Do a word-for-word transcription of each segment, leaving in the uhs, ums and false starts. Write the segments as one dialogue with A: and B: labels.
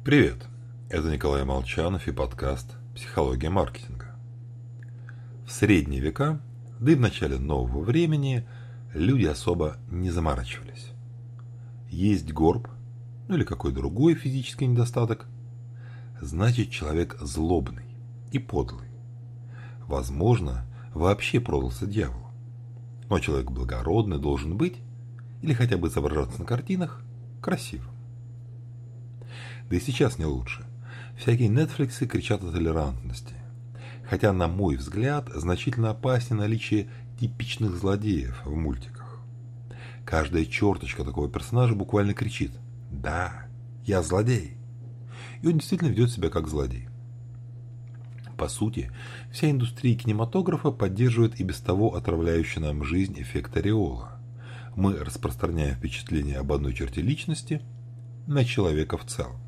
A: Привет, это Николай Молчанов и подкаст «Психология маркетинга». В средние века, да и в начале нового времени, люди особо не заморачивались. Есть горб, ну или какой другой физический недостаток, значит человек злобный и подлый. Возможно, вообще продался дьяволу. Но человек благородный должен быть, или хотя бы изображаться на картинах, красивым. Да и сейчас не лучше. Всякие Netflixы кричат о толерантности. Хотя, на мой взгляд, значительно опаснее наличие типичных злодеев в мультиках. Каждая черточка такого персонажа буквально кричит: «Да, я злодей!» И он действительно ведет себя как злодей. По сути, вся индустрия кинематографа поддерживает и без того отравляющий нам жизнь эффект ореола. Мы распространяем впечатление об одной черте личности на человека в целом.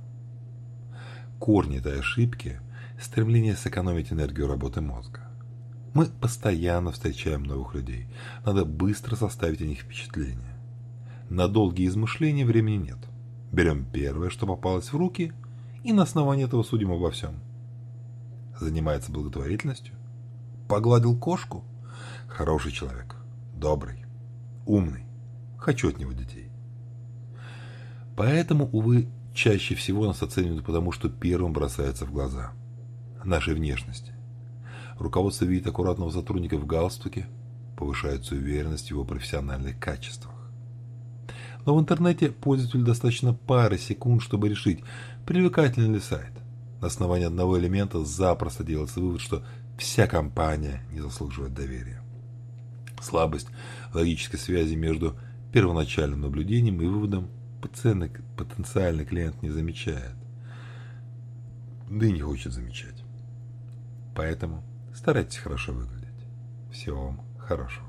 A: Корни этой ошибки – стремление сэкономить энергию работы мозга. Мы постоянно встречаем новых людей. Надо быстро составить о них впечатление. На долгие измышления времени нет. Берем первое, что попалось в руки, и на основании этого судим обо всем. Занимается благотворительностью? Погладил кошку? Хороший человек. Добрый. Умный. Хочу от него детей. Поэтому, увы, чаще всего нас оценивают потому, что первым бросается в глаза. Нашей внешности. Руководство видит аккуратного сотрудника в галстуке, повышается уверенность в его профессиональных качествах. Но в интернете пользователю достаточно пары секунд, чтобы решить, привлекательный ли сайт. На основании одного элемента запросто делается вывод, что вся компания не заслуживает доверия. Слабость логической связи между первоначальным наблюдением и выводом потенциальный клиент не замечает, да и не хочет замечать. Поэтому старайтесь хорошо выглядеть. Всего вам хорошего.